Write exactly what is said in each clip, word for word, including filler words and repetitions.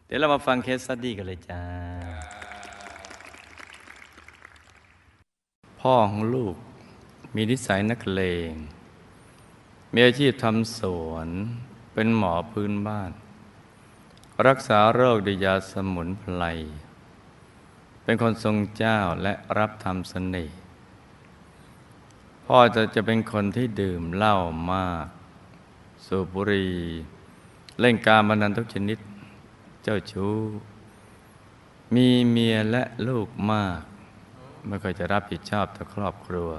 เดี๋ยวเรามาฟังเคสสตั๊ดดี้กันเลยจ้าพ่อของลูกมีนิสัยนักเลงมีอาชีพทำสวนเป็นหมอพื้นบ้านรักษาโรคด้วยยาสมุนไพรเป็นคนทรงเจ้าและรับทำเสน่ห์พ่อจะจะเป็นคนที่ดื่มเหล้ามากสูบบุหรี่เล่นการพนันทุกชนิดเจ้าชู้มีเมียและลูกมากไม่ค่อยจะรับผิดชอบต่อครอบครัว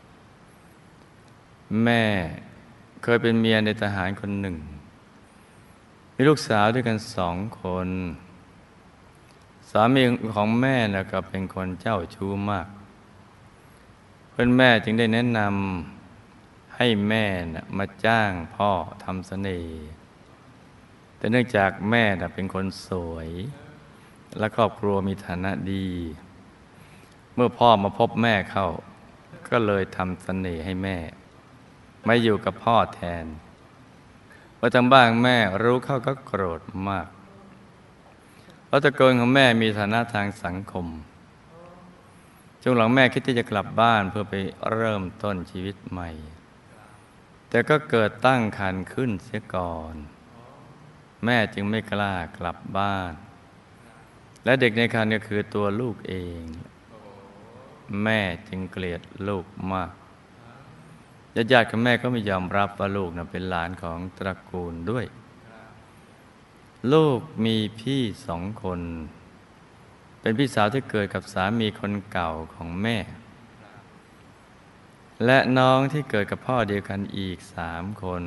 แม่เคยเป็นเมียในทหารคนหนึ่งมีลูกสาวด้วยกันสองคนสามีของแม่นะก็เป็นคนเจ้าชู้มากเพื่อนแม่จึงได้แนะนำให้แม่นะมาจ้างพ่อทำเสน่ห์แต่เนื่องจากแม่นะเป็นคนสวยและครอบครัวมีฐานะดีเมื่อพ่อมาพบแม่เข้าก็เลยทำเสน่ห์ให้แม่มาอยู่กับพ่อแทนเมื่อทางบ้านแม่รู้เข้าก็โกรธมากเพราะตระกูลของแม่มีฐานะทางสังคมช่วงหลังแม่คิดที่จะกลับบ้านเพื่อไปเริ่มต้นชีวิตใหม่แต่ก็เกิดตั้งครรภ์ขึ้นเสียก่อนแม่จึงไม่กล้ากลับบ้านและเด็กในครรภ์ก็คือตัวลูกเองแม่จึงเกลียดลูกมากญาติๆของแม่ก็ไม่ยอมรับว่าลูกนั้นเป็นหลานของตระกูลด้วยลูกมีพี่สองคนเป็นพี่สาวที่เกิดกับสามีคนเก่าของแม่และน้องที่เกิดกับพ่อเดียวกันอีกสามคน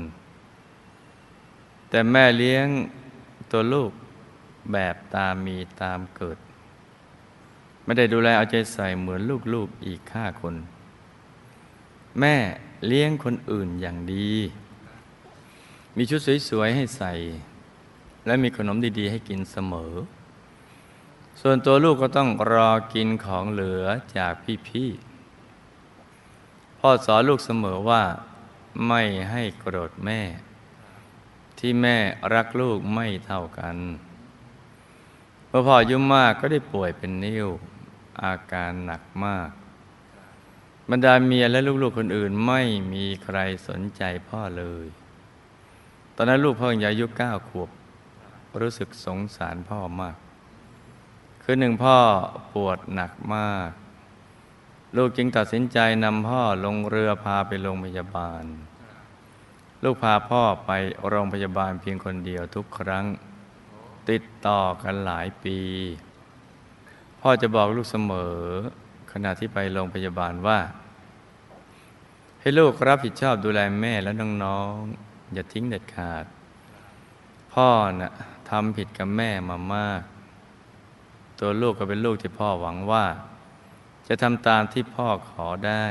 แต่แม่เลี้ยงตัวลูกแบบตามมีตามเกิดไม่ได้ดูแลเอาใจใส่เหมือนลูกๆอีกห้าคนแม่เลี้ยงคนอื่นอย่างดีมีชุดสวยๆให้ใส่และมีขนมดีๆให้กินเสมอส่วนตัวลูกก็ต้องรอกินของเหลือจากพี่ๆพ่อสอนลูกเสมอว่าไม่ให้โกรธแม่ที่แม่รักลูกไม่เท่ากันเมื่อพ่ออายุมากก็ได้ป่วยเป็นนิ่วอาการหนักมากบรรดาเมียและลูกๆคนอื่นไม่มีใครสนใจพ่อเลยตอนนั้นลูกเพิ่งอายุเก้าขวบรู้สึกสงสารพ่อมากคือหนึ่งพ่อปวดหนักมากลูกจึงตัดสินใจนำพ่อลงเรือพาไปโรงพยาบาลลูกพาพ่อไปโรงพยาบาลเพียงคนเดียวทุกครั้งติดต่อกันหลายปีพ่อจะบอกลูกเสมอขณะที่ไปโรงพยาบาลว่าให้ลูกรับผิดชอบดูแลแม่และน้องๆอย่าทิ้งเด็ดขาดพ่อน่ะทำผิดกับแม่มามากตัวลูกก็เป็นลูกที่พ่อหวังว่าจะทำตามที่พ่อขอได้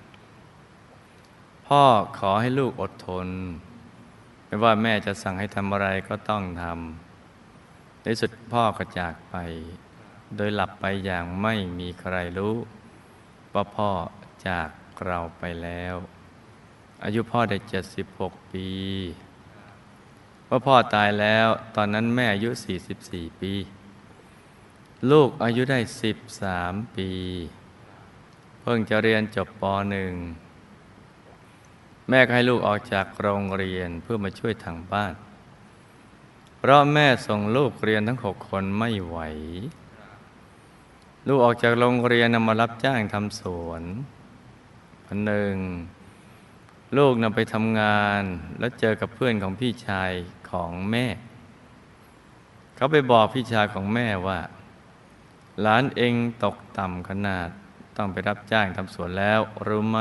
พ่อขอให้ลูกอดทนไม่ว่าแม่จะสั่งให้ทำอะไรก็ต้องทำในสุดพ่อก็จากไปโดยหลับไปอย่างไม่มีใครรู้ว่าพ่อจากเราไปแล้วอายุพ่อได้เจ็ดสิบหกปีเมื่อพ่อตายแล้วตอนนั้นแม่อายุสี่สิบสี่ปีลูกอายุได้สิบสามปีเพิ่งจะเรียนจบปหนึ่งแม่ก็ให้ลูกออกจากโรงเรียนเพื่อมาช่วยทางบ้านเพราะแม่ส่งลูกเรียนทั้งหกคนไม่ไหวลูกออกจากโรงเรียนนำมารับจ้างทำสวนวันหนึ่งลูกนำไปทำงานแล้วเจอกับเพื่อนของพี่ชายของแม่เขาไปบอกพี่ชายของแม่ว่าหลานเองตกต่ำขนาดต้องไปรับจ้างทำสวนแล้วรู้ไหม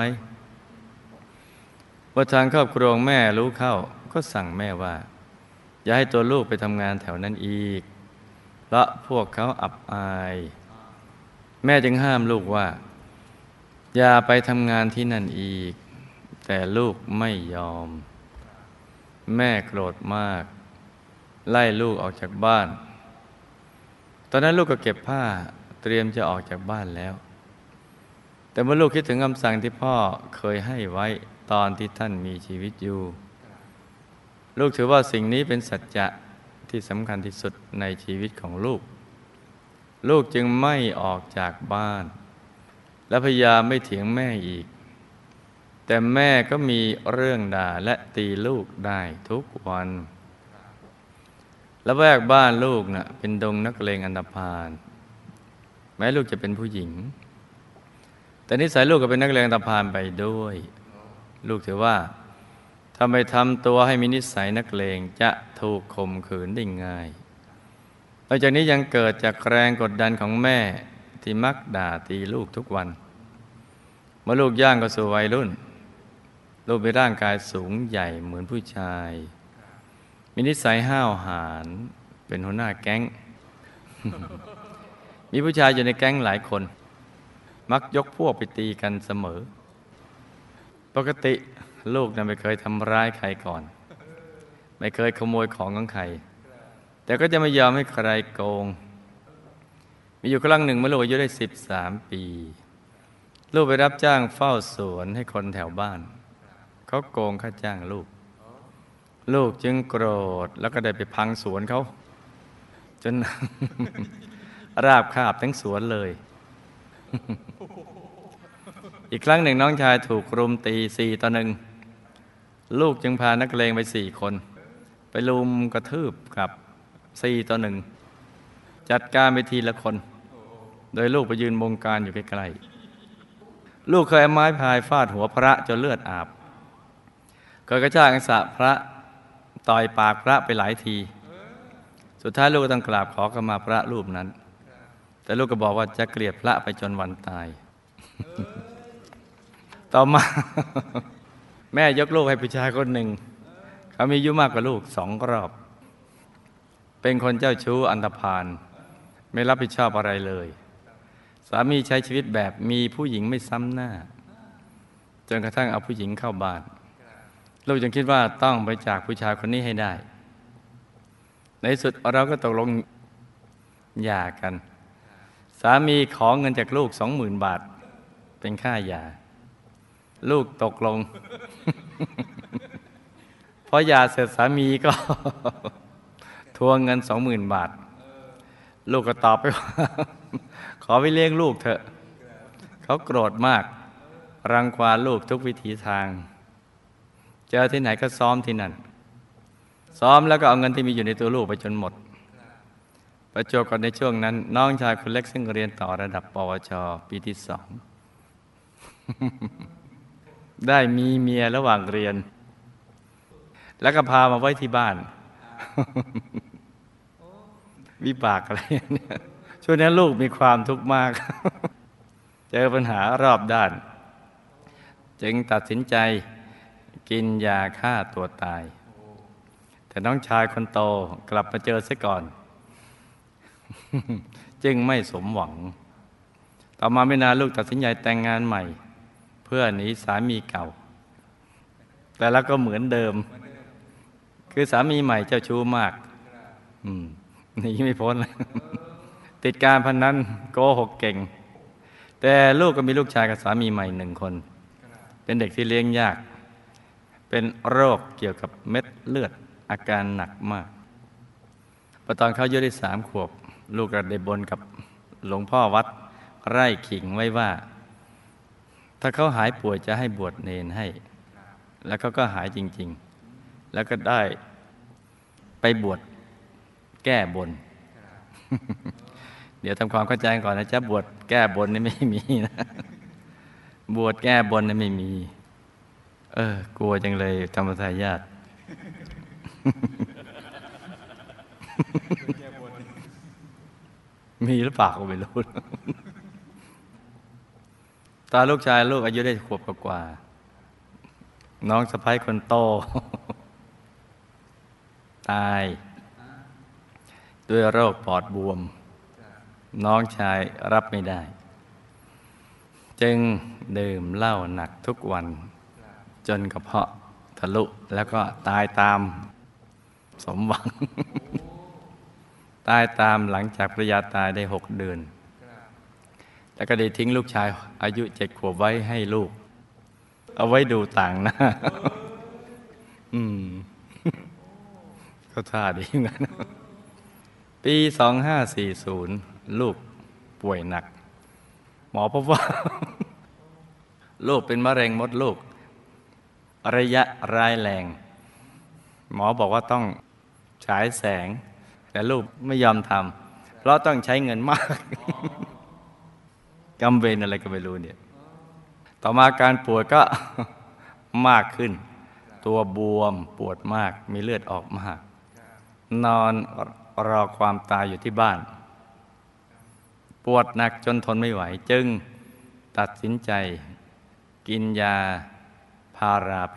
ว่าทางครอบครัวแม่รู้เข้าก็สั่งแม่ว่าอย่าให้ตัวลูกไปทำงานแถวนั้นอีกเพราะพวกเขาอับอายแม่จึงห้ามลูกว่าอย่าไปทำงานที่นั่นอีกแต่ลูกไม่ยอมแม่โกรธมากไล่ลูกออกจากบ้านตอนนั้นลูกก็เก็บผ้าเตรียมจะออกจากบ้านแล้วแต่เมื่อลูกคิดถึงคำสั่งที่พ่อเคยให้ไว้ตอนที่ท่านมีชีวิตอยู่ลูกถือว่าสิ่งนี้เป็นสัจจะทที่สำคัญที่สุดในชีวิตของลูกลูกจึงไม่ออกจากบ้านและพยายามไม่เถียงแม่อีกแต่แม่ก็มีเรื่องด่าและตีลูกได้ทุกวันและแวกบ้านลูกน่ะเป็นดงนักเลงอันธพาลแม้ลูกจะเป็นผู้หญิงแต่นิสัยลูกก็เป็นนักเลงอันธพาลไปด้วยลูกถือว่าถ้าไม่ทำตัวให้มีนิสัยนักเลงจะถูกข่มขืนได้ง่ายนอกจากนี้ยังเกิดจากแรงกดดันของแม่ที่มักด่าตีลูกทุกวันเมื่อลูกย่างเข้าสู่วัยรุ่นลูกมีร่างกายสูงใหญ่เหมือนผู้ชายมีนิสัยห้าวหาญเป็นหัวหน้าแก๊ง มีผู้ชายอยู่ในแก๊งหลายคนมักยกพวกไปตีกันเสมอปกติลูกนั้นไม่เคยทำร้ายใครก่อนไม่เคยขโมยของของใครแต่ก็จะไม่ยอมให้ใครโกงมีอยู่ครั้งหนึ่งเมื่อลูกอายุได้สิบสามปีลูกไปรับจ้างเฝ้าสวนให้คนแถวบ้านเขาโกงค่าจ้างลูกลูกจึงโกรธแล้วก็ได้ไปพังสวนเขาจน ราบคาบทั้งสวนเลย อีกครั้งหนึ่งน้องชายถูกรุมตีสี่ต่อหนึ่งลูกจึงพานักเลงไปสี่คนไปลุมกระทืบกับสี่ต่อหนึ่งจัดการไปทีละคนโดยลูกไปยืนบงการอยู่ใกล้ๆลูกเคยเอาไม้พายฟาดหัวพระจนเลือดอาบเคยกระชากอังสะพระต่อยปากพระไปหลายทีสุดท้ายลูกก็ต้องกราบขอขมาพระรูปนั้นแต่ลูกก็บอกว่าจะเกลียดพระไปจนวันตาย ต่อมา แม่ยกลูกให้ผู้ชายคนหนึ่งเขามีอายุมากกว่าลูกสองรอบเป็นคนเจ้าชู้อันธพาลไม่รับผิดชอบอะไรเลยสามีใช้ชีวิตแบบมีผู้หญิงไม่ซ้ำหน้าจนกระทั่งเอาผู้หญิงเข้าบ้านลูกจึงคิดว่าต้องไปจากผู้ชายคนนี้ให้ได้ในที่สุดเราก็ตกลงหย่ากันสามีขอเงินจากลูกสองหมื่นบาทเป็นค่าหย่าลูกตกลง พอหย่าเสร็จสามีก็ ทวงเงินสองหมื่นบาทลูกก็ตอบไปว่า ขอไปเลี้ยงลูกเถอะเขาโกรธมากรังควานลูกทุกวิถีทางเจอที่ไหนก็ซ้อมที่นั่นซ้อมแล้วก็เอาเงินที่มีอยู่ในตัวลูกไปจนหมดประจวบกับในช่วงนั้นน้องชายคนเล็กซึ่งเรียนต่อระดับปวชปีที่สอง ได้มีเมียระหว่างเรียนแล้วก็พามาไว้ที่บ้าน วิบากอะไรเนี่ยช่วงนั้นลูกมีความทุกข์มาก เจอปัญหารอบด้านจึงตัดสินใจกินยาฆ่าตัวตายแต่น้องชายคนโตกลับมาเจอซะก่อน จึงไม่สมหวังต่อมาไม่นานลูกตัดสินใจแต่งงานใหม่เพื่อหนีสามีเก่าแต่แล้วก็เหมือนเดิมคือสามีใหม่เจ้าชู้มากหนีไม่พ้น ติดการพนันโกหกเก่งแต่ลูกก็มีลูกชายกับสามีใหม่หนึ่งคนเป็นเด็กที่เลี้ยงยากเป็นโรคเกี่ยวกับเม็ดเลือดอาการหนักมากพอตอนเขาอายุได้สามขวบลูกก็ได้บนกับหลวงพ่อวัดไร่ขิงไว้ว่าถ้าเขาหายป่วยจะให้บวชเนรให้แล้วเขาก็หายจริงๆแล้วก็ได้ไปบวชแก้บน เดี๋ยวทำความเข้าใจก่อนนะจ๊ะบวชแก้บนนี่ไม่มีนะบวชแก้บนนี่ไม่มีเออกลัวจังเลยธรรมทายาท มีหรือเปล่าก็ไม่รู้ ตอนลูกชายลูกอายุได้ขวบกว่าน้องสะใภ้คนโต ตายด้วยโรคปอดบวมน้องชายรับไม่ได้จึงดื่มเหล้าหนักทุกวันจนกระเพาะทะลุแล้วก็ตายตามสมหวัง ตายตามหลังจากภรรยาตายได้หกเดือนแล้วก็ได้ทิ้งลูกชายอายุเจ็ดขวบไว้ให้ลูกเอาไว้ดูต่างหน้า อืมก็ท่าดีเหมือนกันปีสองห้าสี่ศูนย์ลูกป่วยหนักหมอพบว่า ลูกเป็นมะเร็งมดลูกระยะร้ายแรงหมอบอกว่าต้องฉายแสงแต่ลูกไม่ยอมทำเพราะต้องใช้เงินมาก กำเวรอะไรก็ไม่รู้เนี่ยต่อมาการปวดก็ มากขึ้นตัวบวมปวดมากมีเลือดออกมากนอนรอความตายอยู่ที่บ้านปวดหนักจนทนไม่ไหวจึงตัดสินใจกินยาพาราไป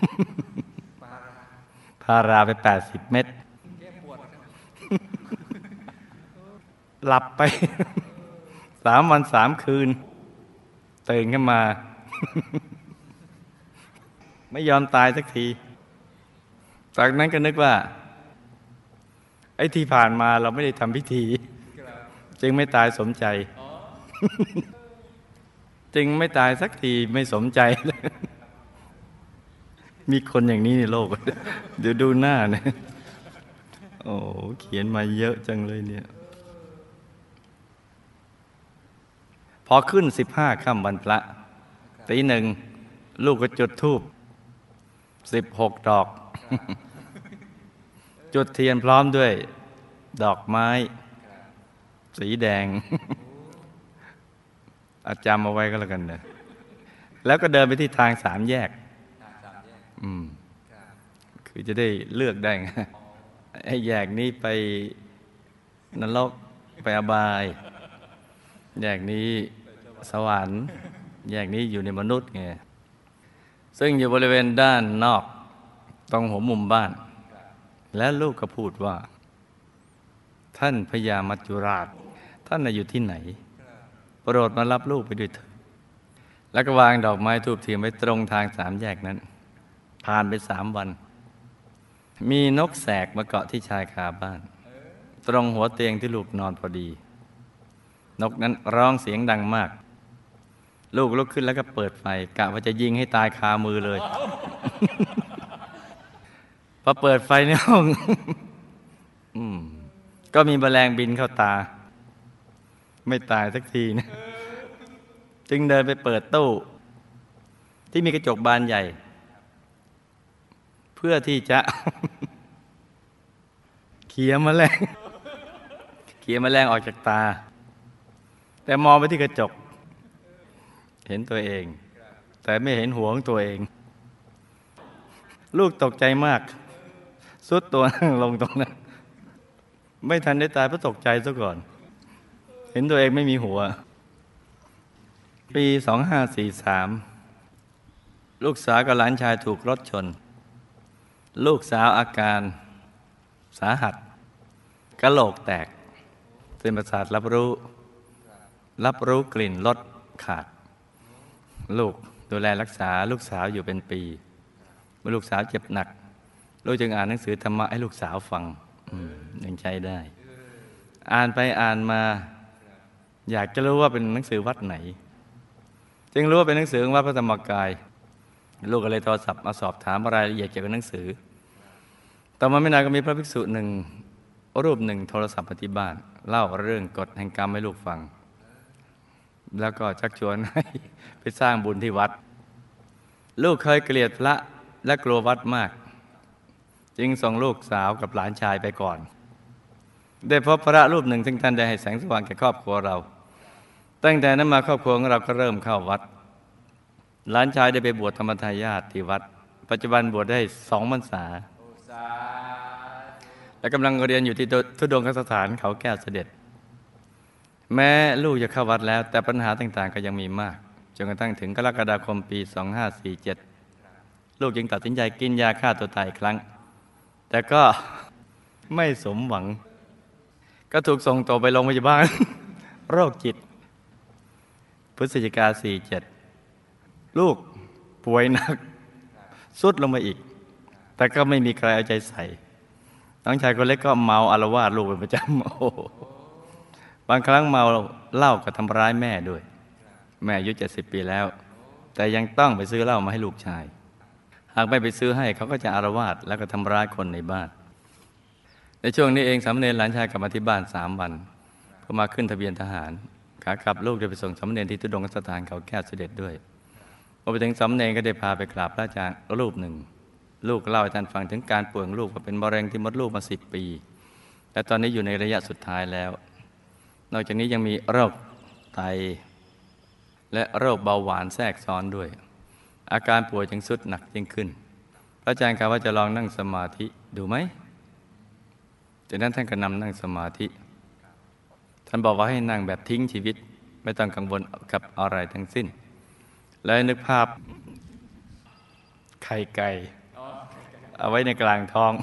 พาราไปแปดสิบเม็ดหลับไป สามวันสามคืนตื่นขึ้นมา ไม่ยอมตายสักทีจากนั้นก็นึกว่าไอ้ที่ผ่านมาเราไม่ได้ทำพิธีจึงไม่ตายสมใจ จึงไม่ตายสักทีไม่สมใจเลย มีคนอย่างนี้ในโลก เดี๋ยวดูหน้านะโอ้เขียนมาเยอะจังเลยเนี่ยพอขึ้นสิบห้าค่ำวันพระตีหนึ่งลูกก็จุดธูปสิบหกดอก จุดเทียนพร้อมด้วยดอกไม้สีแดง อาจำเอาไว้ก็แล้วกันนะแล้วก็เดินไปที่ทางสามแยกอืมคือจะได้เลือกได้ไงไอ้แยกนี้ไปนรกไปอบายแยกนี้สวรรค์แยกนี้อยู่ในมนุษย์ไงซึ่งอยู่บริเวณด้านนอกตรงหัวมุมบ้านและลูกก็พูดว่าท่านพญามัจจุราชท่านอยู่ที่ไหนโปรดมารับลูกไปด้วยเถิดแล้วก็วางดอกไม้ธูปเทียนไว้ตรงทางสามแยกนั้นผ่านไปสามวันมีนกแสกมาเกาะที่ชายคาบ้านตรงหัวเตียงที่ลูกนอนพอดีนกนั้นร้องเสียงดังมากลูกลุกขึ้นแล้วก็เปิดไฟกะว่าจะยิงให้ตายคามือเลย พอเปิดไฟในห้อง ก็มีแมลงบินเข้าตาไม่ตายสักทีนะ จึงเดินไปเปิดตู้ที่มีกระจกบานใหญ่เพื่อที่จะ เขี่ยแมลง เขี่ยแมลงออกจากตาแต่มองไปที่กระจกเห็นตัวเองแต่ไม่เห็นหัวของตัวเองลูกตกใจมากสุดตัวนั่งลงตรงนั้นไม่ทันได้ตายเพราะตกใจซะก่อนเห็นตัวเองไม่มีหัวปีสองห้าสี่สามลูกสาวกับหลานชายถูกรถชนลูกสาวอาการสาหัสกะโหลกแตกเส้นประสาทรับรู้รับรู้กลิ่นรสขาดลูกดูแลรักษาลูกสาวอยู่เป็นปีเมื่อลูกสาวเจ็บหนักลูกจึงอ่านหนังสือธรรมะให้ลูกสาวฟังยังใช้ได้อ่านไปอ่านมาอยากจะรู้ว่าเป็นหนังสือวัดไหนจึงรู้ว่าเป็นหนังสือของวัดพระธรรมกายลูกก็เลยโทรศัพท์มาสอบถามรายละเอียดเกี่ยวกับหนังสือต่อมาไม่นานก็มีพระภิกษุหนึ่งรูปหนึ่งโทรศัพท์มาที่บ้านเล่าเรื่องกฎแห่งกรรมให้ลูกฟังแล้วก็ชักชวนให้ไปสร้างบุญที่วัดลูกเคยเกลียดพระและกลัววัดมากจึงส่งลูกสาวกับหลานชายไปก่อนได้พบพระรูปหนึ่งซึ่งท่านได้ให้แสงสว่างแก่ครอบครัวเราตั้งแต่นั้นมาครอบครัวของเราก็เริ่มเข้าวัดหลานชายได้ไปบวชธรรมทายาทที่วัดปัจจุบันบวชได้สองพรรษาและกำลังเรียนอยู่ที่ทุดงคสถานเขาแก้วเสด็จแม้ลูกจะเข้าวัดแล้วแต่ปัญหาต่างๆก็ยังมีมากจนกระทั่งถึงกรกฎาคมปีสองห้าสี่เจ็ดลูกจึงตัดสินใจกินยาฆ่าตัวตายอีกครั้งแต่ก็ไม่สมหวังก็ถูกส่งตัวไปโรงพยาบาล โรคจิตพฤศจิกาสี่เจ็ดลูกป่วยหนักทรุดลงมาอีกแต่ก็ไม่มีใครเอาใจใส่น้องชายคนเล็กก็เมาอาละวาดลูกเป็นประจำโอ้บางครั้งเมาเหล้าก็ทำร้ายแม่ด้วยแม่อายุเจ็ดสิบปีแล้วแต่ยังต้องไปซื้อเหล้ามาให้ลูกชายหากไม่ไปซื้อให้เขาก็จะอาละวาดแล้วก็ทำร้ายคนในบ้านในช่วงนี้เองสามเณรหลานชายกลับมาที่บ้านสามวันก็มาขึ้นทะเบียนทหารขากลับลูกได้ไปส่งสามเณรที่ทุดงคสถานเขาแก้วเสด็จด้วยพอไปถึงสามเณรก็ได้พาไปกราบพระอาจารย์รูปหนึ่งลูกเล่าให้ท่านฟังถึงการป่วยของลูกว่าเป็นมะเร็งที่มดลูกมาสิบปีและตอนนี้อยู่ในระยะสุดท้ายแล้วนอกจากนี้ยังมีโรคไตและโรคเบาหวานแทรกซ้อนด้วยอาการป่วยจึงทรุดหนักยิ่งขึ้นพระอาจารย์กล่าวว่าจะลองนั่งสมาธิดูไหมจากนั้นท่านก็นำนั่งสมาธิท่านบอกว่าให้นั่งแบบทิ้งชีวิตไม่ต้องกังวลกับอะไรทั้งสิ้นและนึกภาพไข่ไก่เอาไว้ในกลางท้อง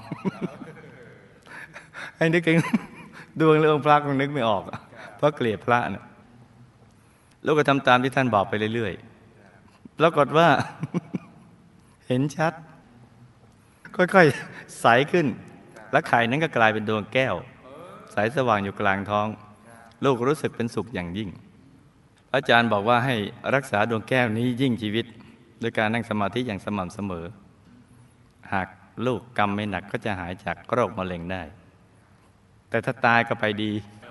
ให้นึกถึงดวงเรื่องพระคงนึกไม่ออกเพราะเกลียดพระนะลูกก็ทำตามที่ท่านบอกไปเรื่อยๆปรากฏว่าเห็นชัดค่อยๆใสขึ้นและไข่นั้นก็กลายเป็นดวงแก้วใสสว่างอยู่กลางท้องลูกรู้สึกเป็นสุขอย่างยิ่งอาจารย์บอกว่าให้รักษาดวงแก้วนี้ยิ่งชีวิตโดยการนั่งสมาธิอย่างสม่ำเสมอหากลูกกรรมไม่หนักก็จะหายจากโรคมะเร็งได้แต่ถ้าตายก็ไปดี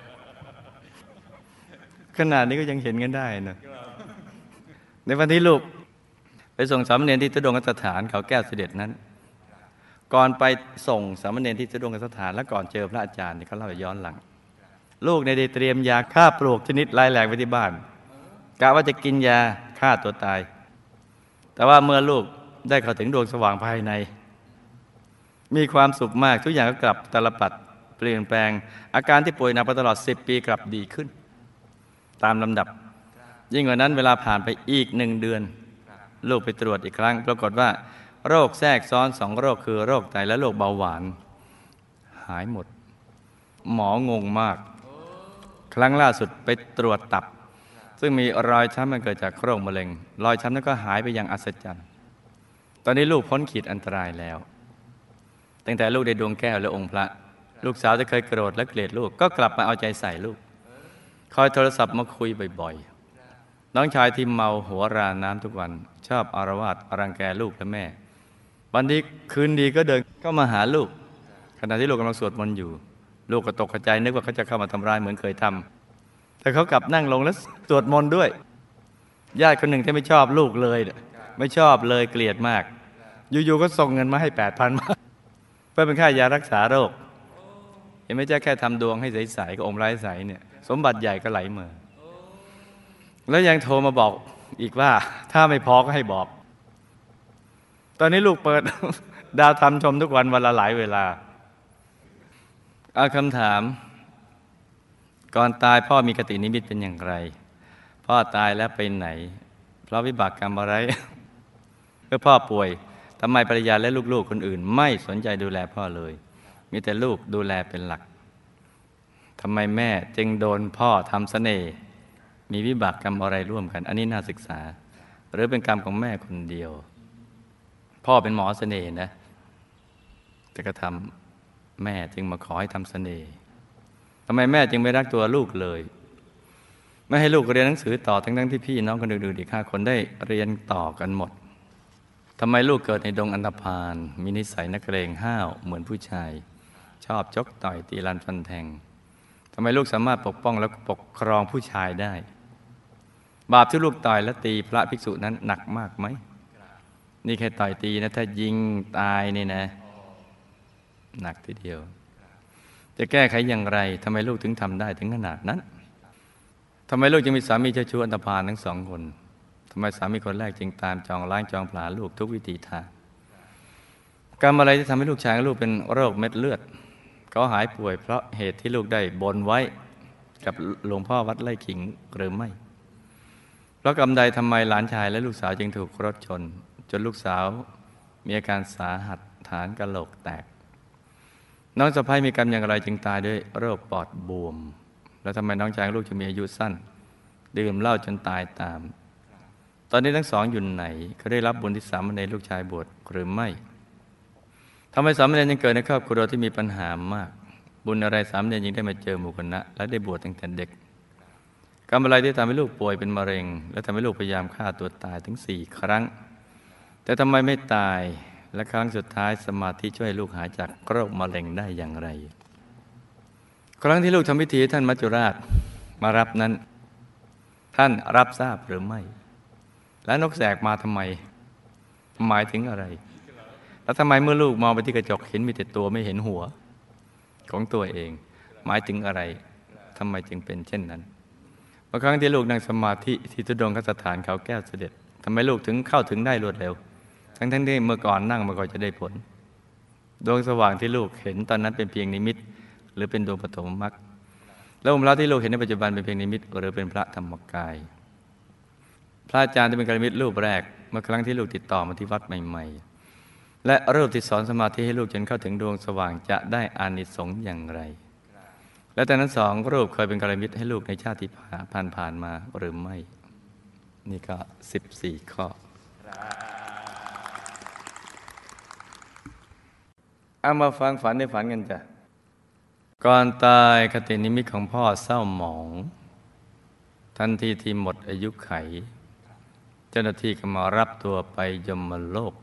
ขนาดนี้ก็ยังเห็นกันได้นะในวันที่ลูกไปส่งสามเณรที่ทุดงคสถานเขาแก้วเสด็จนั้นก่อนไปส่งสามเณรที่ทุดงคสถานและก่อนเจอพระอาจารย์นี่เขาเล่าย้อนหลังลูกในได้เตรียมยาฆ่าปลวกชนิดร้ายแรงไว้ที่บ้านกะว่าจะกินยาฆ่าตัวตายแต่ว่าเมื่อลูกได้เข้าถึงดวงสว่างภายในมีความสุขมากทุกอย่างก็กลับตาลปัดเปลี่ยนแปลงอาการที่ป่วยหนักมาตลอดสิบปีกลับดีขึ้นตามลำดับยิ่งกว่านั้นเวลาผ่านไปอีกหนึ่งเดือนลูกไปตรวจอีกครั้งปรากฏว่าโรคแทรกซ้อนสองโรคคือโรคไตและโรคเบาหวานหายหมดหมองงมากครั้งล่าสุดไปตรวจตับซึ่งมีรอยช้ำมันเกิดจากโรคมะเร็งรอยช้ำนั้นก็หายไปอย่างอัศจรรย์ตอนนี้ลูกพ้นขีดอันตรายแล้วตั้งแต่ลูกได้ดวงแก้วและองค์พระลูกสาวที่เคยโกรธและเกลียดลูกก็กลับมาเอาใจใส่ลูกคอยโทรศัพท์มาคุยบ่อยๆน้องชายที่เมาหัวราน้ำทุกวันชอบอารวาสรังแกลูกและแม่วันนี้คืนดีก็เดินเข้ามาหาลูกขณะที่ลูกกำลังสวดมนต์อยู่ลูกก็ตกใจนึกว่าเขาจะเข้ามาทำร้ายเหมือนเคยทำแต่เขากลับนั่งลงแล้วสวดมนต์ด้วยญาติคนหนึ่งที่ไม่ชอบลูกเลยไม่ชอบเลยเกลียดมากอยู่ๆก็ส่งเงินมาให้แปดพันมาเพื่อเป็นค่ายารักษาโรคเห็นไหมจ๊ะแค่ทำดวงให้ใสๆกับอมไร้ใสเนี่ยสมบัติใหญ่ก็ไหลมาแล้วยังโทรมาบอกอีกว่าถ้าไม่พอก็ให้บอกตอนนี้ลูกเปิด ดาวธรรมชมทุกวันวันละหลายเวลาเอาคำถามก่อนตายพ่อมีคตินิมิตเป็นอย่างไรพ่อตายแล้วไปไหนเพราะวิบากกรรมอะไร เมื่อพ่อป่วยทำไมภรรยาและลูกๆคนอื่นไม่สนใจดูแลพ่อเลยมีแต่ลูกดูแลเป็นหลักทำไมแม่จึงโดนพ่อทำเสน่ห์มีวิบากกรรมอะไรร่วมกันอันนี้น่าศึกษาหรือเป็นกรรมของแม่คนเดียวพ่อเป็นหมอเสน่ห์นะแต่ก็ทำแม่จึงมาขอให้ทำเสน่ห์ทำไมแม่จึงไม่รักตัวลูกเลยไม่ให้ลูกเรียนหนังสือต่อทั้งๆที่พี่น้องคนอื่นๆอีกห้าคนได้เรียนต่อกันหมดทำไมลูกเกิดในดงอันธพาลมีนิสัยนักเลงห้าวเหมือนผู้ชายชอบชกต่อยตีรันฟันแทงทำไมลูกสามารถปกป้องและปกครองผู้ชายได้บาปที่ลูกต่อยและตีพระภิกษุนั้นหนักมากไหมนี่แค่ต่อยตีนะถ้ายิงตายนี่นะหนักทีเดียวจะแก้ไขอย่างไรทำไมลูกถึงทำได้ถึงขนาดนั้นทำไมลูกจึงมีสามีเจ้าชู้อันธพาลทั้งสองคนทำไมสามีคนแรกจึงตามจองล้างจองผลาญลูกทุกวิถีทางกรรมอะไรที่ทำให้ลูกชายของลูกเป็นโรคเม็ดเลือดเขาหายป่วยเพราะเหตุที่ลูกได้บนไว้กับหลวงพ่อวัดไร่ขิงหรือไม่เพราะกรรมใดทำไมหลานชายและลูกสาวจึงถูกรถชนจนลูกสาวมีอาการสาหัสฐานกะโหลกแตกน้องสะใภ้มีกรรมอย่างไรจึงตายด้วยโรคปอดบวมแล้วทำไมน้องชายลูกจึงมีอายุสั้นดื่มเหล้าจนตายตามตอนนี้ทั้งสองอยู่ไหนเขาได้รับบุญที่สามเณรลูกชายบวชหรือไม่ทำไมสามเณรยังเกิดในครอบครัวที่มีปัญหามากบุญอะไรสามเณรยังได้มาเจอหมู่คณะและได้บวชตั้งแต่เด็กกรรมอะไรที่ทำให้ลูกป่วยเป็นมะเร็งและทำให้ลูกพยายามฆ่าตัวตายถึงสี่ครั้งแต่ทำไมไม่ตายและครั้งสุดท้ายสมาธิช่วยลูกหายจากโรคมะเร็งได้อย่างไรครั้งที่ลูกทำพิธีท่านมัจจุราชมารับนั้นท่านรับทราบหรือไม่และนกแสกมาทำไมหมายถึงอะไรแล้วทำไมเมื่อลูกมองไปที่กระจกเห็นมีแต่ตัวไม่เห็นหัวของตัวเองหมายถึงอะไรทำไมจึงเป็นเช่นนั้นบางครั้งที่ลูกนั่งสมาธิที่ทุดงคสถานเขาแก้วเสด็จทำไมลูกถึงเข้าถึงได้รวดเร็วทั้งทั้งที่เมื่อก่อนนั่งมาก่อนจะได้ผลดวงสว่างที่ลูกเห็นตอนนั้นเป็นเพียงนิมิตหรือเป็นดวงปฐมมรรคแล้วองค์พระที่ลูกเห็นในปัจจุบันเป็นเพียงนิมิตหรือเป็นพระธรรมกายพระอาจารย์ที่เป็นกัลยาณมิตรรูปแรกเมื่อครั้งที่ลูกติดต่อมาที่วัดใหม่ๆและรูปที่สอนสมาธิให้ลูกจนเข้าถึงดวงสว่างจะได้อานิสงส์อย่างไรและแต่นั้นสองรูปเคยเป็นกัลยาณมิตรให้ลูกในชาติที่ผ่านผ่านมาหรือไม่นี่ก็สิบสี่ข้อเอามาฟังฝันในฝันกันจ้ะก่อนตายคตินิมิตของพ่อเศร้าหมองทันทีที่หมดอายุไขเจ้าหน้าที่ก็มารับตัวไปยมโลก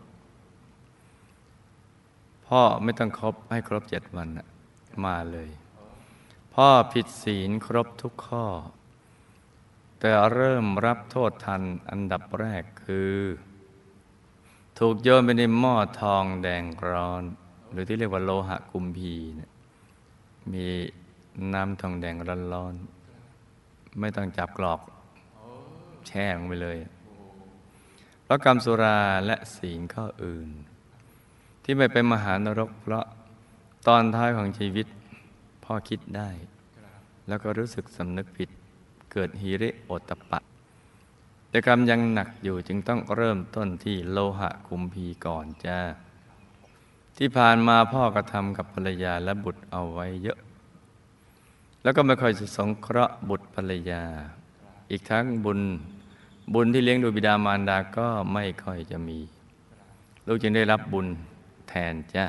พ่อไม่ต้องครบให้ครบเจ็ดวันมาเลยพ่อผิดศีลครบทุกข้อแต่เริ่มรับโทษทันอันดับแรกคือถูกโยนไปในหม้อทองแดงร้อนหรือที่เรียกว่าโลหะกุมพีเนี่ยมีน้ำทองแดงร้อนๆไม่ต้องจับกรอกแช่ลงไปเลยเพราะกรรมสุราและศีลข้ออื่นที่ไม่เป็นมหานรกเพราะตอนท้ายของชีวิตพ่อคิดได้แล้วก็รู้สึกสำนึกผิดเกิดหิริโอตตัปปะแต่กรรมยังหนักอยู่จึงต้องเริ่มต้นที่โลหะกุมพีก่อนจ้าที่ผ่านมาพ่อกระทำกับภรรยาและบุตรเอาไว้เยอะแล้วก็ไม่ค่อยสงเคราะห์บุตรภรรยาอีกทั้งบุญบุญที่เลี้ยงดูบิดามารดาก็ไม่ค่อยจะมีลูกจึงได้รับบุญแทนจ้ะ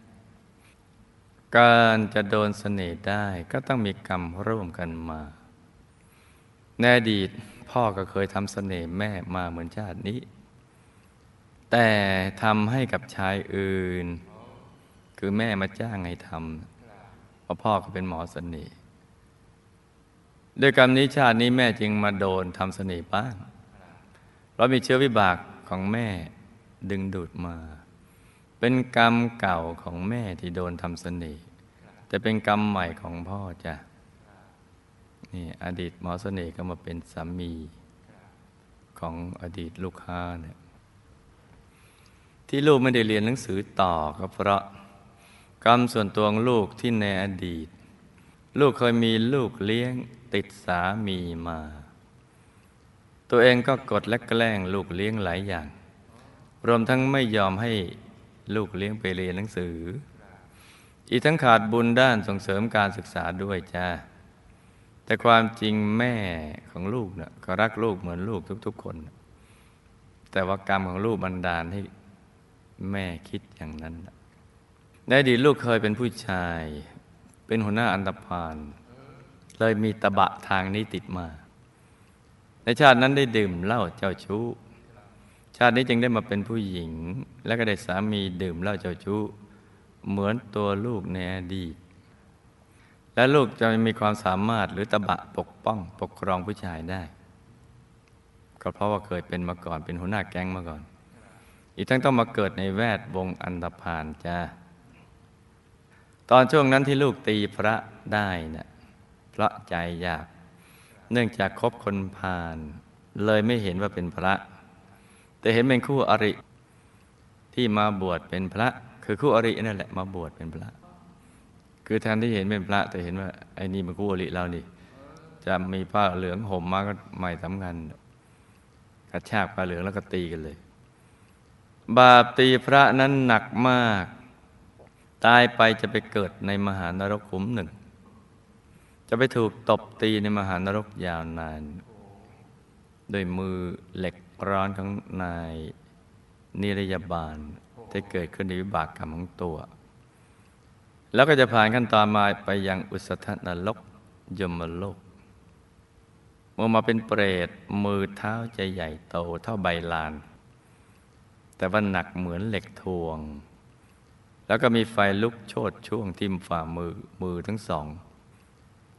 การจะโดนเสน่ห์ได้ก็ต้องมีกรรมร่วมกันมาในอดีตพ่อก็เคยทำเสน่ห์แม่มาเหมือนชาตินี้แต่ทำให้กับชายอื่นคือแม่มาจ้างให้ทำเพราะพ่อก็เป็นหมอเสน่ห์ด้วยกรรมนี้ชาตินี้แม่จึงมาโดนทำเสน่ห์บ้างเพราะมีเชื้อวิบากของแม่ดึงดูดมาเป็นกรรมเก่าของแม่ที่โดนทำเสน่ห์แต่เป็นกรรมใหม่ของพ่อจ้ะนี่อดีตหมอเสน่ห์ก็มาเป็นสามีของอดีตลูกค้าเนี่ยที่ลูกไม่ได้เรียนหนังสือต่อก็เพราะกรรมส่วนตัวของลูกที่ในอดีตลูกเคยมีลูกเลี้ยงติดสามีมาตัวเองก็กดและแกล้งลูกเลี้ยงหลายอย่างรวมทั้งไม่ยอมให้ลูกเลี้ยงไปเรียนหนังสืออีกทั้งขาดบุญด้านส่งเสริมการศึกษาด้วยจ้าแต่ความจริงแม่ของลูกเนี่ยก็รักลูกเหมือนลูกทุกๆคนแต่ว่ากรรมของลูกบันดาลให้แม่คิดอย่างนั้นในอดีตลูกเคยเป็นผู้ชายเป็นหัวหน้าอันธพาลเลยมีตบะทางนี้ติดมาในชาตินั้นได้ดื่มเหล้าเจ้าชู้ชาตินี้จึงได้มาเป็นผู้หญิงและก็ได้สามีดื่มเหล้าเจ้าชู้เหมือนตัวลูกในอดีตและลูกจะมีความสามารถหรือตบะปกป้องปกครองผู้ชายได้ก็เพราะว่าเคยเป็นมาก่อนเป็นหัวหน้าแก๊งมาก่อนอีกทั้งต้องมาเกิดในแวดวงอันธพาลจ้าตอนช่วงนั้นที่ลูกตีพระได้นะเพราะใจอยากเนื่องจากคบคนพาลเลยไม่เห็นว่าเป็นพระแต่เห็นเป็นคู่อริที่มาบวชเป็นพระคือคู่อรินั่นแหละมาบวชเป็นพระคือแทนที่เห็นเป็นพระแต่เห็นว่าไอ้นี่มันคู่อริเรานี่จะมีผ้าเหลืองห่มมาก็ไม่สำคัญกระชากผ้าเหลืองแล้วก็ตีกันเลยบาปตีพระนั้นหนักมากตายไปจะไปเกิดในมหานรกขุมหนึ่งจะไปถูกตบตีในมหานรกยาวนานด้วยมือเหล็กร้อนของนายนิรยาบาลที่เกิดขึ้นในวิบากกรรมของตัวแล้วก็จะผ่านขั้นตอนมาไปยังอุสธนรกยมโลกเมื่อมาเป็นเปรตมือเท้าจะใหญ่โตเท่าใบลานแต่ว่าหนักเหมือนเหล็กทวงแล้วก็มีไฟลุกโชติช่วงทิ่มฝ่ามือมือทั้งสอง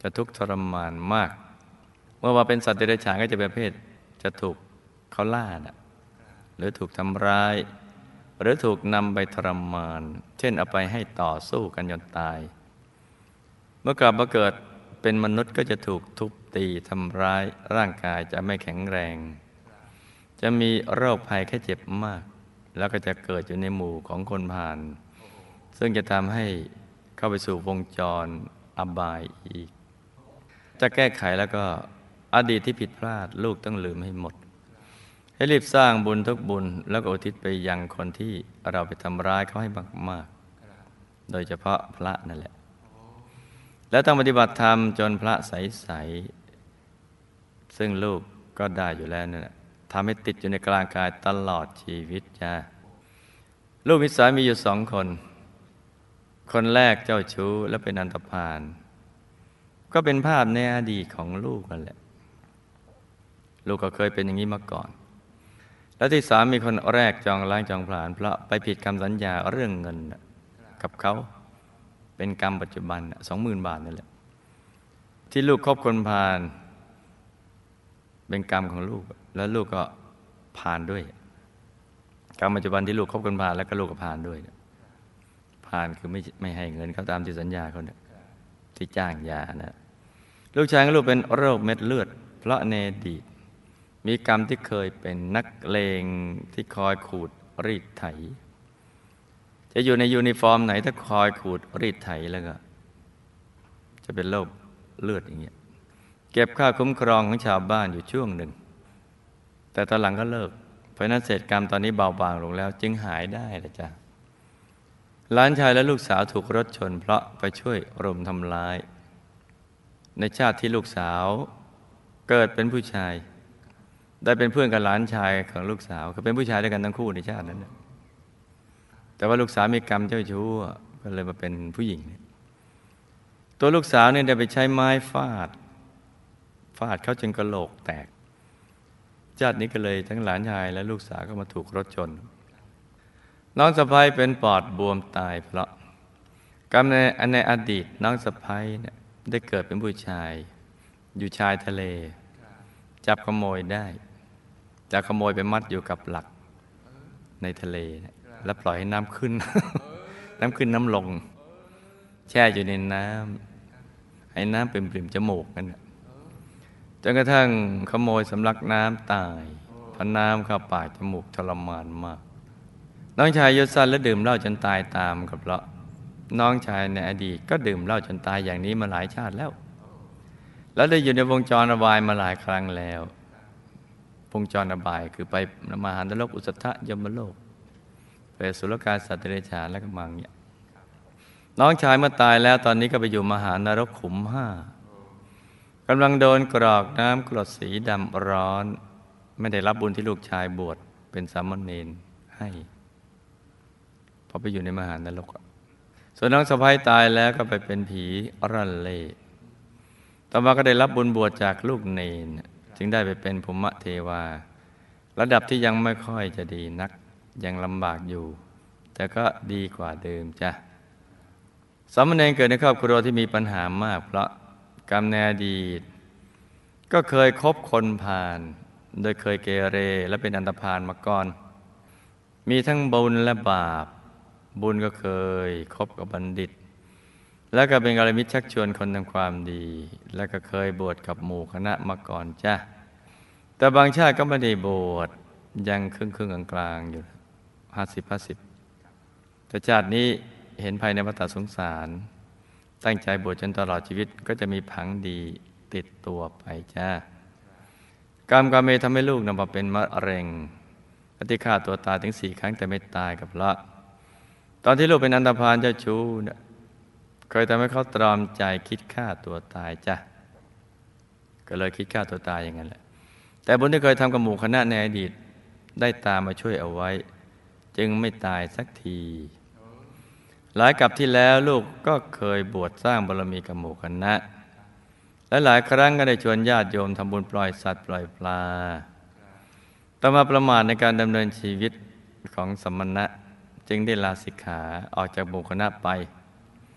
จะทุกข์ทรมานมากเมื่อว่าเป็นสัตว์เดรัจฉานก็จะเป็นประเภทจะถูกเขาล่านะหรือถูกทำร้ายหรือถูกนำไปทรมานเช่นเอาไปให้ต่อสู้กันจนตายเมื่อกลับมาเกิดเป็นมนุษย์ก็จะถูกทุบตีทำร้ายร่างกายจะไม่แข็งแรงจะมีโรคภัยแค่เจ็บมากแล้วก็จะเกิดอยู่ในหมู่ของคนผ่านซึ่งจะทำให้เข้าไปสู่วงจรอบายอีกจะแก้ไขแล้วก็อดีตที่ผิดพลาดลูกต้องลืมให้หมดให้รีบสร้างบุญทุกบุญแล้วก็อุทิศไปยังคนที่เราไปทำร้ายเขาให้มากๆโดยเฉพาะพระนั่นแหละแล้วต้องปฏิบัติธรรมจนพระใสๆซึ่งลูกก็ได้อยู่แล้วนั่นแหละทำให้ติดอยู่ในกลางกายตลอดชีวิตจ้าลูกมิตรสามีอยู่สองคนคนแรกเจ้าชู้และเป็นอันธพาลก็เป็นภาพในอดีตของลูกนั่นแหละลูกก็เคยเป็นอย่างนี้มาก่อนแล้วที่สามีคนแรกจองล้างจองผลาญเพราะไปผิดคำสัญญาเรื่องเงินกับเขาเป็นกรรมปัจจุบันสองหมื่นบาทนั่นแหละที่ลูกคบคนพาลเป็นกรรมของลูกแล้วลูกก็ผ่านด้วยกรรมปัจจุบันที่ลูกคบคนพาลแล้วก็ลูกก็ผ่านด้วยผ่านคือไม่ไม่ให้เงินเขาตามที่สัญญาเขาเนี่ยที่จ้างยานะลูกชายของลูกเป็นโรคเม็ดเลือดเพราะในอดีตมีกรรมที่เคยเป็นนักเลงที่คอยขูดรีดไถจะอยู่ในยูนิฟอร์มไหนถ้าคอยขูดรีดไถแล้วก็จะเป็นโรคเลือดอย่างเงี้ยเก็บค่าคุ้มครองของชาวบ้านอยู่ช่วงหนึ่งแต่ตอนหลังก็เลิกเพราะนั้นเศษกรรมตอนนี้เบาบางลงแล้วจึงหายได้ละจ้ะหลานชายและลูกสาวถูกรถชนเพราะไปช่วยรุมทำร้ายในชาติที่ลูกสาวเกิดเป็นผู้ชายได้เป็นเพื่อนกับหลานชายของลูกสาวคือเป็นผู้ชายด้วยกันทั้งคู่ในชาตินั้นแต่ว่าลูกสาวมีกรรมเจ้าชู้ก็เลยมาเป็นผู้หญิงตัวลูกสาวเนี่ยได้ไปใช้ไม้ฟาดฟาดเขาจนกระโหลกแตกชาตินี้ก็เลยทั้งหลานชายและลูกสาวก็มาถูกรถชนน้องสะใภ้เป็นปอดบวมตายเพราะกรรมในในอดีตน้องสะใภ้เนี่ยได้เกิดเป็นผู้ชายอยู่ชายทะเลจับขโมยได้จะขโมยไปมัดอยู่กับหลักในทะเลแล้วปล่อยให้น้ำขึ้น น้ำขึ้นน้ำลงแช่อยู่ในน้ำให้น้ำเป็นปริ่มจมูกนั่นจนกระทั่งขโมยสำลักน้ำตายเพราะน้ำเข้าปากจมูกทรมานมากน้องชายยศสั้นและดื่มเหล้าจนตายตามกับเพราะน้องชายในอดีตก็ดื่มเหล้าจนตายอย่างนี้มาหลายชาติแล้วแล้วได้อยู่ในวงจรอบายมาหลายครั้งแล้ววงจรอบายคือไปมหานรกอุสธะยมโลกไปสุรกายสัตว์เดรัจฉานและก็มังเนี่ยน้องชายเมื่อตายแล้วตอนนี้ก็ไปอยู่มหานรกขุมห้ากำลังโดนกรอกน้ำกรดสีดำร้อนไม่ได้รับบุญที่ลูกชายบวชเป็นสามเณรให้พอไปอยู่ในมหานรกส่วนน้องสะใภ้ตายแล้วก็ไปเป็นผีร่อนเล่ต่อมาก็ได้รับบุญบวชจากลูกเนรจึงได้ไปเป็นภูมิเทวาระดับที่ยังไม่ค่อยจะดีนักยังลำบากอยู่แต่ก็ดีกว่าเดิมจ้ะสามเณรเกิดในครอบครัวที่มีปัญหามากเพราะกรรมในอดีตก็เคยคบคนพาลโดยเคยเกเรและเป็นอันธพาลมาก่อนมีทั้งบุญและบาปบุญก็เคยคบกับบัณฑิตแล้วก็เป็นกัลยาณมิตรชักชวนคนทำความดีแล้วก็เคยบวชกับหมู่คณะมาก่อนจ้ะแต่บางชาติก็ไม่ได้บวชยังครึ่งครึ่งกลางๆอยู่ห้าสิบห้าสิบแต่ชาตินี้เห็นภายในวัฏสงสารตั้งใจบวชจนตลอดชีวิตก็จะมีผังดีติดตัวไปจ้ากรรมกรรมเมทำให้ลูกนำมาเป็นมะเร็งปฏิฆาตัวตายถึงสี่ครั้งแต่ไม่ตายกับละตอนที่ลูกเป็นอันธพาลเจ้าชู้เนี่ยเคยทำให้เขาตรอมใจคิดฆ่าตัวตายจ้ะก็เลยคิดฆ่าตัวตายอย่างนั้นแหละแต่บุญที่เคยทำกับหมู่คณะในอดีตได้ตามมาช่วยเอาไว้จึงไม่ตายสักทีหลายกับที่แล้วลูกก็เคยบวชสร้างบารมีกับหมู่คณะและหลายครั้งก็ได้ชวนญาติโยมทำบุญปล่อยสัตว์ปล่อยปลาต่อมาประมาทในการดำเนินชีวิตของสมณะจึงได้ลาสิกขาออกจากหมู่คณะไป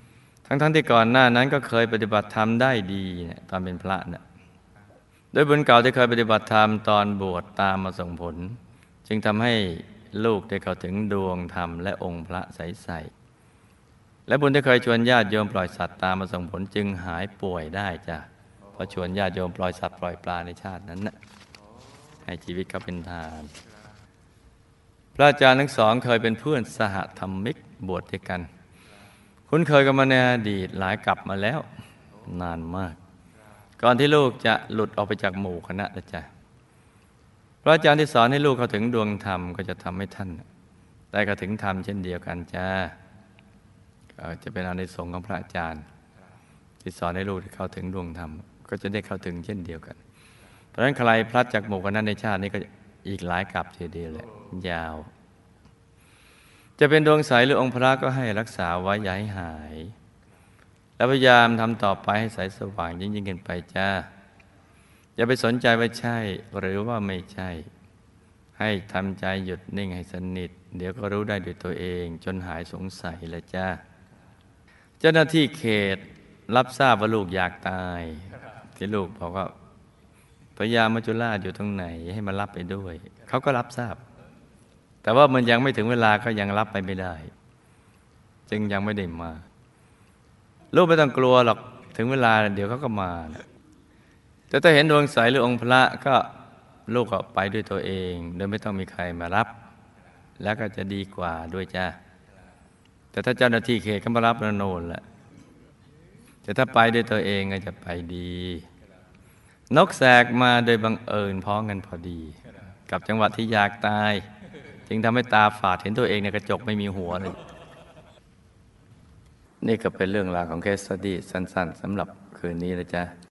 ทั้งๆที่ก่อนหน้านั้นก็เคยปฏิบัติธรรมได้ดีเนี่ยตอนเป็นพระเนี่ยโดยบุญเก่าที่เคยปฏิบัติธรรมตอนบวชตามมาส่งผลจึงทำให้ลูกได้เข้าถึงดวงธรรมและองค์พระใสๆและบุญที่เคยชวนญาติโยมปล่อยสัตว์ตามมาส่งผลจึงหายป่วยได้จ้ะเพราะชวนญาติโยมปล่อยสัตว์ปล่อยปลาในชาตินั้นนะให้ชีวิตเขาเป็นทานพระอาจารย์ทั้งสองเคยเป็นเพื่อนสหธรรมิกบวชด้วยกันคุ้นเคยกันมาในอดีตหลายกลับมาแล้วนานมากก่อนที่ลูกจะหลุดออกไปจากหมู่คณะนะจ๊ะพระอาจารย์ที่สอนให้ลูกเข้าถึงดวงธรรมก็จะทำให้ท่านได้เข้าถึงธรรมเช่นเดียวกันจ้าจะเป็นอานิสงส์ของพระอาจารย์ที่สอนให้ลูกเข้าถึงดวงธรรมก็จะได้เข้าถึงเช่นเดียวกันเพราะฉะนั้นใครพลัดจากหมู่คณะในชาตินี้ก็อีกหลายกลับทีเดียวแหละยาวจะเป็นดวงใสหรือองค์พระก็ให้รักษาไว้อย่าให้หายและพยายามทำต่อไปให้ใสสว่างยิ่งยิ่งขึ้นไปจ้าอย่าไปสนใจว่าใช่หรือว่าไม่ใช่ให้ทำใจหยุดนิ่งให้สนิทเดี๋ยวก็รู้ได้ด้วยตัวเองจนหายสงสัยแล้วจ้าเจ้าหน้าที่เขตรับทราบว่าลูกอยากตายที่ลูกบอกว่าพญามัจจุราชอยู่ตรงไหนให้มารับไปด้วยเขาก็รับทราบแต่ว่ามันยังไม่ถึงเวลาก็ยังรับไปไม่ได้จึงยังไม่ได้มาลูกไม่ต้องกลัวหรอกถึงเวลาเดี๋ยวเขาก็มานะแต่ถ้าเห็นดวงใสหรือองค์พระก็ลูกก็ไปด้วยตัวเองโดยไม่ต้องมีใครมารับแล้วก็จะดีกว่าด้วยจ้าแต่ถ้าเจ้าหน้าที่เขตเขามารับแล้วโน่นแหละแต่ถ้าไปด้วยตัวเองก็จะไปดีนกแสกมาโดยบังเอิญพ้องกันพอดีกับจังหวะที่อยากตายจึงทำให้ตาฝาดเห็นตัวเองในกระจกไม่มีหัวเลยนี่ก็เป็นเรื่องราวของเคสสตี้สั้นๆสำหรับคืนนี้นะจ๊ะ